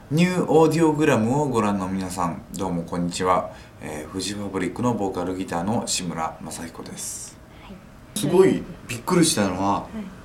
ニューオーディオグラムをご覧の皆さん、どうもこんにちは。フジファブリックのボーカルギターの志村正彦です。すごいびっくりしたのは、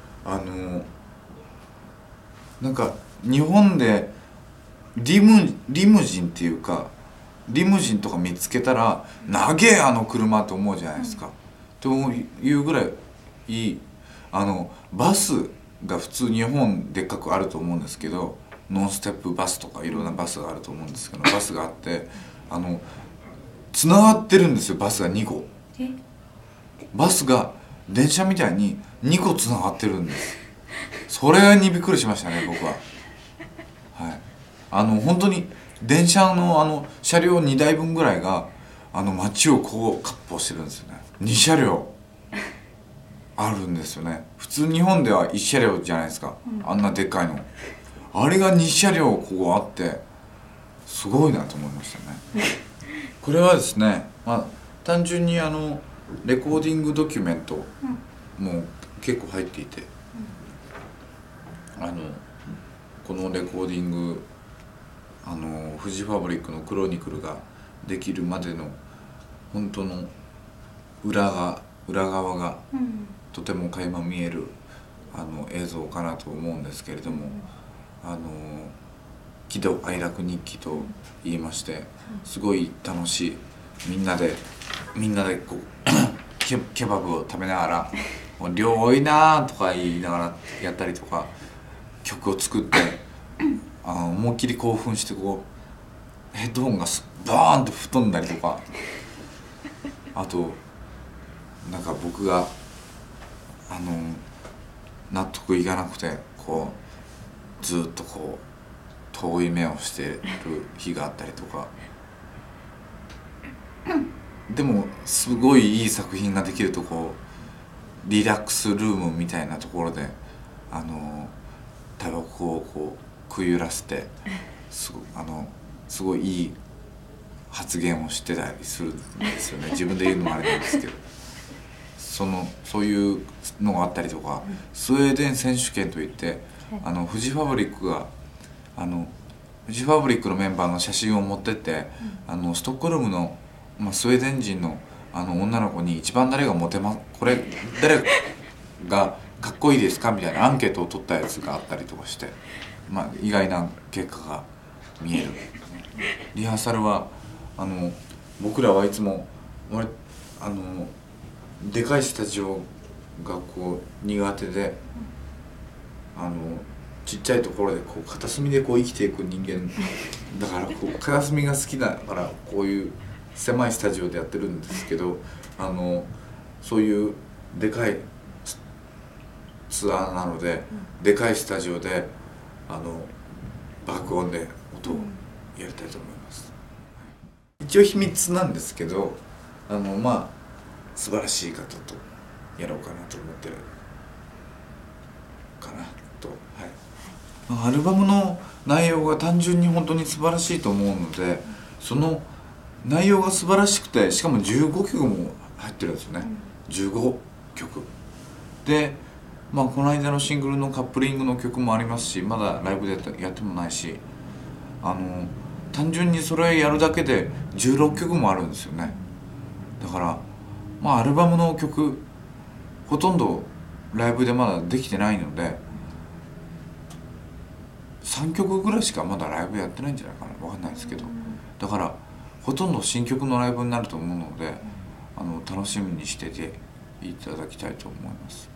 なんか日本でリムジンっていうか、リムジンとか見つけたら長えあの車と思うじゃないですか、というぐらいバスが普通日本でっかくあると思うんですけど、ノンステップバスとかいろんなバスがあると思うんですけど、バスがあってつながってるんですよ。バスが2個、バスが電車みたいに2個つながってるんです。それにびっくりしましたね、僕は。はい、本当に電車の車両2台分ぐらいが街をこう割烹してるんですよね。2車両あるんですよね。普通日本では1車両じゃないですか、あんなでっかいの。あれが2車両ここあってすごいなと思いましたね。これはですね、単純にレコーディングドキュメントも結構入っていて、このレコーディングフジファブリックのクロニクルができるまでの本当の裏側がとても垣間見える映像かなと思うんですけれども、喜怒哀楽日記と言いまして、すごい楽しい、みんなでこうケバブを食べながら「もう量多いな」とか言いながらやったりとか、曲を作って思いっきり興奮してこうヘッドホンがバーンと吹っ飛んだりとか、あとなんか僕が納得いかなくてこうずっとこう遠い目をしてる日があったりとか、でもすごいいい作品ができるとこうリラックスルームみたいなところでタバコをこうくゆらせてすごいいい発言をしてたりするんですよね。自分で言うのもあれなんですけど、そういうのがあったりとか、スウェーデン選手権といってフジファブリックがフジファブリックのメンバーの写真を持ってって、ストックホルムの、スウェーデン人の女の子に一番誰がモテます、これ誰がかっこいいですかみたいなアンケートを取ったやつがあったりとかして、意外な結果が見える。リハーサルは僕らはいつもでかいスタジオがこう苦手で、ちっちゃいところでこう片隅でこう生きていく人間だから、こう片隅が好きだからこういう狭いスタジオでやってるんですけど、そういうでかいツアーなので、でかいスタジオで爆音で音をやりたいと思います。一応秘密なんですけど、素晴らしい方とやろうかなと思ってるかなと。はい、アルバムの内容が単純に本当に素晴らしいと思うので、その内容が素晴らしくて、しかも15曲も入ってるんですよね。15曲で、この間のシングルのカップリングの曲もありますし、まだライブでやってもないし、単純にそれやるだけで16曲もあるんですよね。だからアルバムの曲ほとんどライブでまだできてないので、3曲ぐらいしかまだライブやってないんじゃないかな、分かんないですけど、だからほとんど新曲のライブになると思うので、楽しみにしてていただきたいと思います。